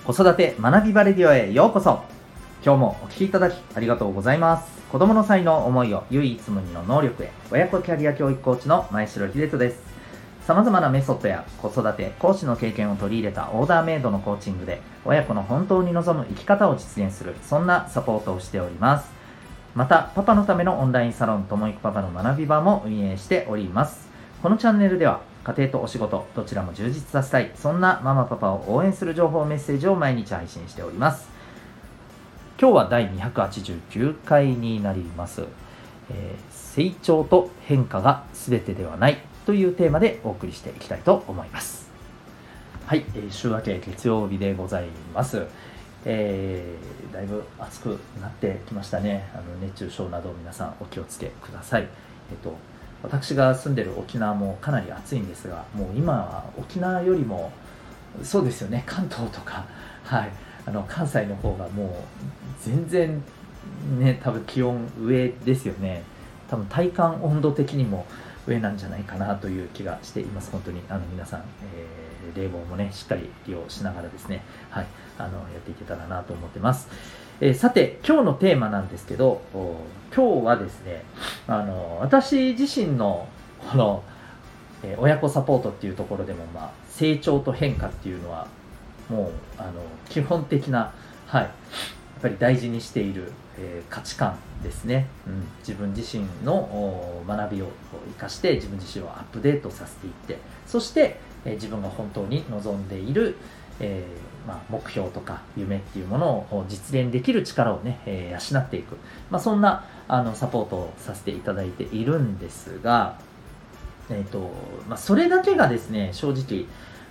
子育て学びバレディオへようこそ。今日もお聞きいただきありがとうございます。子供の才能、思いを唯一無二の能力へ、親子キャリア教育コーチの前城秀人です。様々なメソッドや子育て、講師の経験を取り入れたオーダーメイドのコーチングで、親子の本当に望む生き方を実現する、そんなサポートをしております。また、パパのためのオンラインサロン、ともいくパパの学び場も運営しております。このチャンネルでは、家庭とお仕事、どちらも充実させたい、そんなママパパを応援する情報メッセージを毎日配信しております。今日は第289回になります。成長と変化が全てではないというテーマでお送りしていきたいと思います。はい、週明け月曜日でございます。だいぶ暑くなってきましたね。熱中症など皆さんお気をつけください。私が住んでる沖縄もかなり暑いんですが、もう今は沖縄よりもそうですよね、関東とか、はい、関西の方がもう全然ね、多分気温上ですよね。多分体感温度的にも上なんじゃないかなという気がしています。本当に皆さん、冷房もねしっかり利用しながらですね、はい、やっていけたらなと思ってます。さて今日のテーマなんですけど、今日はですね、私自身のこの、親子サポートっていうところでも、成長と変化っていうのはもう基本的な、はい、やっぱり大事にしている、価値観ですね。自分自身の学びを生かして自分自身をアップデートさせていって、そして、自分が本当に望んでいる、目標とか夢っていうものを実現できる力をね、養っていく、そんなサポートをさせていただいているんですが、それだけがですね、正直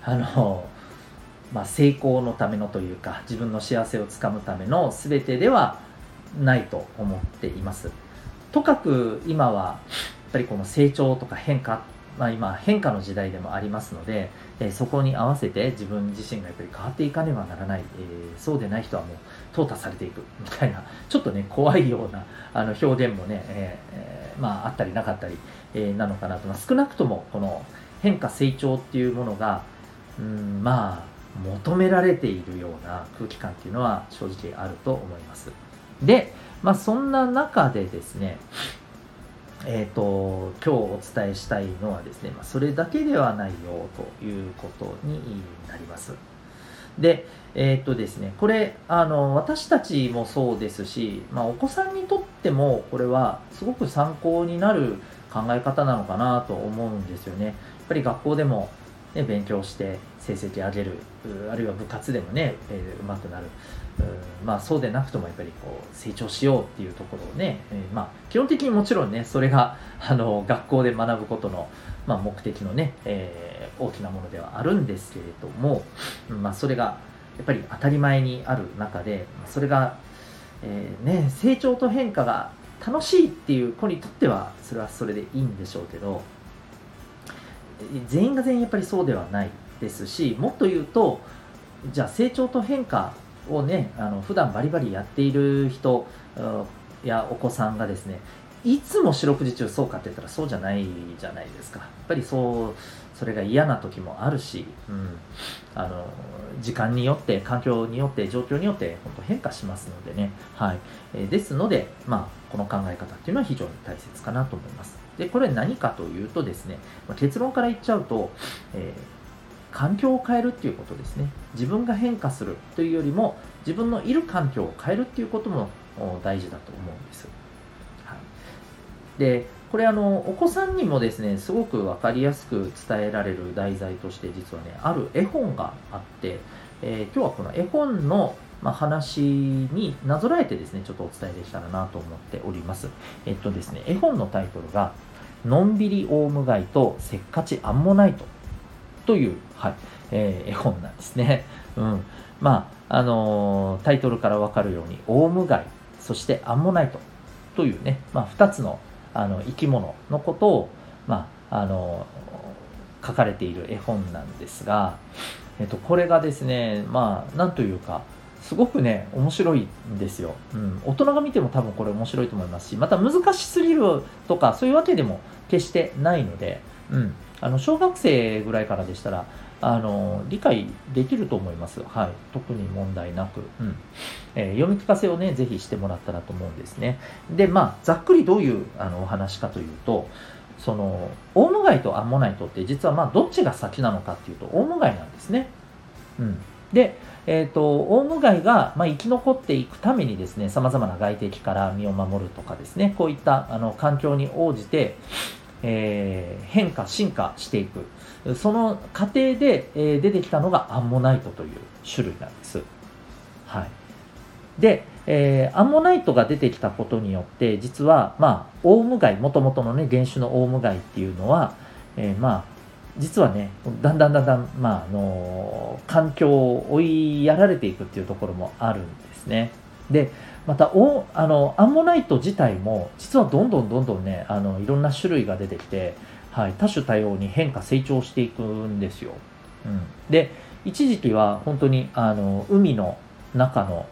成功のためのというか、自分の幸せをつかむための全てではないと思っています。とかく今はやっぱりこの成長とか変化、今変化の時代でもありますので、そこに合わせて自分自身がやっぱり変わっていかねばならない、そうでない人はもう淘汰されていくみたいな、ちょっとね怖いような表現もね、あったりなかったり、なのかなと。少なくともこの変化成長っていうものが求められているような空気感っていうのは正直あると思います。で、そんな中でですね、今日お伝えしたいのはですね、それだけではないよということになります。で、ですね、これ私たちもそうですし、お子さんにとってもこれはすごく参考になる考え方なのかなと思うんですよね。やっぱり学校でも勉強して成績上げる、あるいは部活でもね、上手くなる、そうでなくともやっぱりこう成長しようっていうところをね、基本的にもちろんね、それが学校で学ぶことの、目的のね、大きなものではあるんですけれども、それがやっぱり当たり前にある中で、それが、成長と変化が楽しいっていう子にとってはそれはそれでいいんでしょうけど、全員が全員やっぱりそうではないですし、もっと言うと、じゃあ成長と変化をね、普段バリバリやっている人やお子さんがですね、いつも四六時中そうかって言ったらそうじゃないじゃないですか。やっぱりそれが嫌な時もあるし、時間によって環境によって状況によって本当変化しますのでね、はい、ですので、この考え方っていうのは非常に大切かなと思います。で、これ何かというとですね、結論から言っちゃうと、環境を変えるっていうことですね。自分が変化するというよりも、自分のいる環境を変えるっていうことも大事だと思うんです。はい、で、これお子さんにもですね、すごく分かりやすく伝えられる題材として実はね、ある絵本があって、今日はこの絵本の話になぞらえてですね、ちょっとお伝えできたらなと思っております。ですね、絵本のタイトルが、のんびりオウムガイとせっかちアンモナイトという、絵本なんですね。タイトルからわかるように、オウムガイ、そしてアンモナイトというね、2つの生き物のことを、書かれている絵本なんですが、これがですね、なんというか、すごくね、面白いんですよ。大人が見ても多分これ面白いと思いますし、また難しすぎるとか、そういうわけでも決してないので、小学生ぐらいからでしたら、 理解できると思います。はい。特に問題なく。読み聞かせをね、ぜひしてもらったらと思うんですね。で、ざっくりどういうお話かというと、オウムガイとアンモナイトって実はどっちが先なのかっていうと、オウムガイなんですね。で、オウムガイが、生き残っていくためにですね、様々な外敵から身を守るとかですね、こういった環境に応じて、変化、進化していく。その過程で、出てきたのがアンモナイトという種類なんです。はい。で、アンモナイトが出てきたことによって、実は、オウムガイ、元々のね、原種のオウムガイっていうのは、実はね、だんだん、環境を追いやられていくっていうところもあるんですね。で、また、アンモナイト自体も、実はどんどんね、いろんな種類が出てきて、はい、多種多様に変化、成長していくんですよ。で、一時期は本当に、海の中の、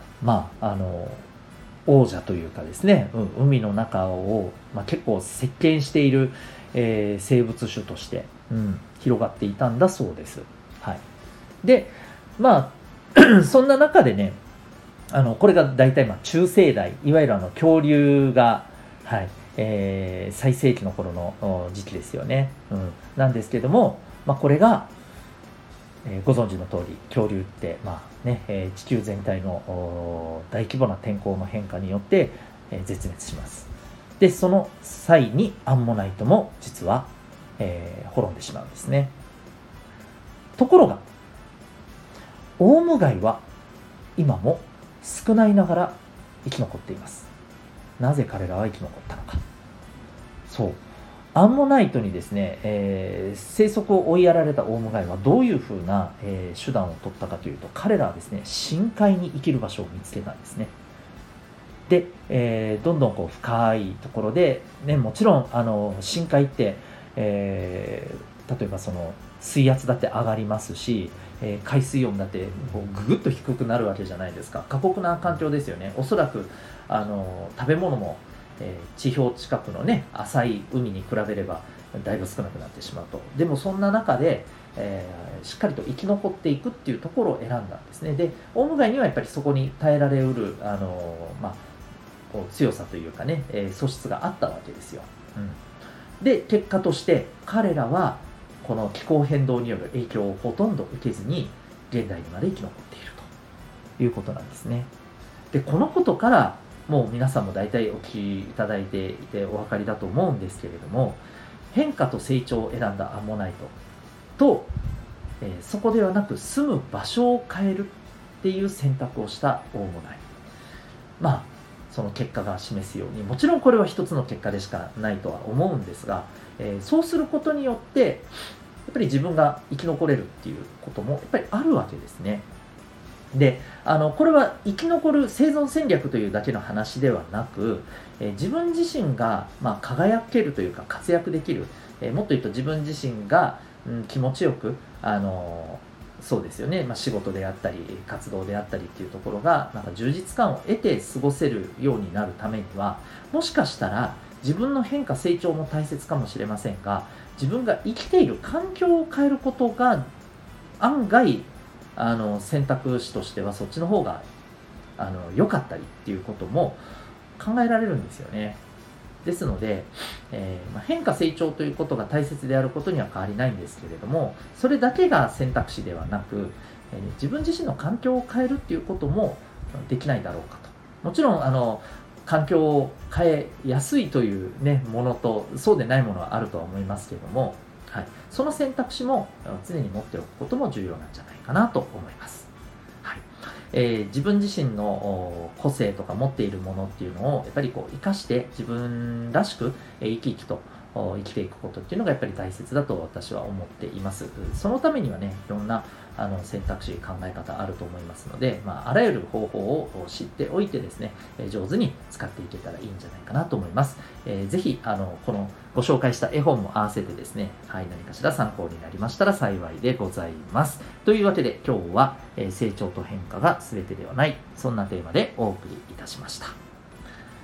王者というかですね、海の中を、結構席巻している、生物種として、広がっていたんだそうです。はい。で、そんな中でね、これが大体中生代、いわゆる恐竜が、はい、最盛期の頃の時期ですよね。なんですけども、これが、ご存知の通り、恐竜って、地球全体の大規模な天候の変化によって、絶滅します。で、その際にアンモナイトも実は、滅んでしまうんですね。ところが、オウムガイは今も少ないながら生き残っています。なぜ彼らは生き残ったのか。そう。アンモナイトにですね、生息を追いやられたオウムガイはどういうふうな、手段を取ったかというと、彼らはですね、深海に生きる場所を見つけたんですね。で、どんどん深いところで、ね、もちろん深海って、例えば水圧だって上がりますし、海水温だってぐぐっと低くなるわけじゃないですか。過酷な環境ですよね。おそらく食べ物も、地表近くのね浅い海に比べればだいぶ少なくなってしまうと。でもそんな中で、しっかりと生き残っていくっていうところを選んだんですね。で、オウムガイにはやっぱりそこに耐えられうるこう強さというかね、素質があったわけですよ。で、結果として彼らはこの気候変動による影響をほとんど受けずに現代にまで生き残っているということなんですね。で、このことからもう皆さんも大体お聞きいただいていてお分かりだと思うんですけれども、変化と成長を選んだアンモナイトと、そこではなく住む場所を変えるっていう選択をしたオウムガイ。その結果が示すように、もちろんこれは一つの結果でしかないとは思うんですが、そうすることによってやっぱり自分が生き残れるっていうこともやっぱりあるわけですね。で、これは生き残る生存戦略というだけの話ではなく、自分自身が輝けるというか活躍できる、もっと言うと自分自身が、気持ちよくそうですよね、仕事であったり活動であったりっていうところが充実感を得て過ごせるようになるためには、もしかしたら自分の変化成長も大切かもしれませんが、自分が生きている環境を変えることが案外選択肢としてはそっちの方が良かったりっていうことも考えられるんですよね。ですので、変化成長ということが大切であることには変わりないんですけれども、それだけが選択肢ではなく、自分自身の環境を変えるっていうこともできないだろうかと。もちろん環境を変えやすいという、ものとそうでないものはあるとは思いますけれども、はい、その選択肢も常に持っておくことも重要なんじゃないかなと思います。自分自身の個性とか持っているものっていうのをやっぱり生かして自分らしく生き生きと生きていくことっていうのがやっぱり大切だと私は思っています。そのためにはね、いろんな選択肢、考え方あると思いますので、あらゆる方法を知っておいてですね、上手に使っていけたらいいんじゃないかなと思います。ぜひこのご紹介した絵本も合わせてですね、何かしら参考になりましたら幸いでございます。というわけで今日は、成長と変化が全てではない、そんなテーマでお送りいたしました。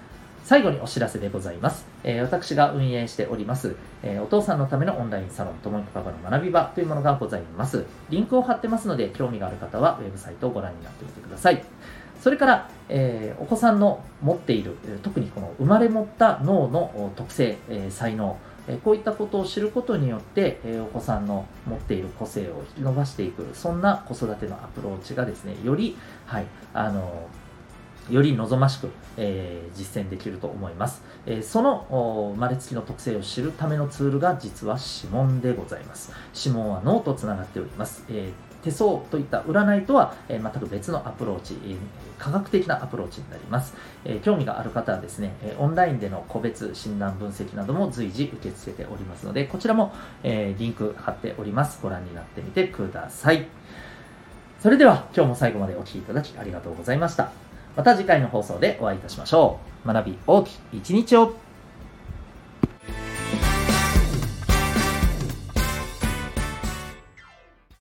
最後にお知らせでございます。私が運営しております、お父さんのためのオンラインサロン、ともにパパの学び場というものがございます。リンクを貼ってますので、興味がある方はウェブサイトをご覧になってみてください。それから、お子さんの持っている、特にこの生まれ持った脳の特性、才能、こういったことを知ることによって、お子さんの持っている個性を引き伸ばしていく、そんな子育てのアプローチがですね、より望ましく、実践できると思います。その生まれつきの特性を知るためのツールが実は指紋でございます。指紋は脳とつながっております。手相といった占いとは、全く別のアプローチ、科学的なアプローチになります。興味がある方はですね、オンラインでの個別診断分析なども随時受け付けておりますので、こちらも、リンク貼っております。ご覧になってみてください。それでは今日も最後までお聞きいただきありがとうございました。また次回の放送でお会いいたしましょう。学び大きい一日を。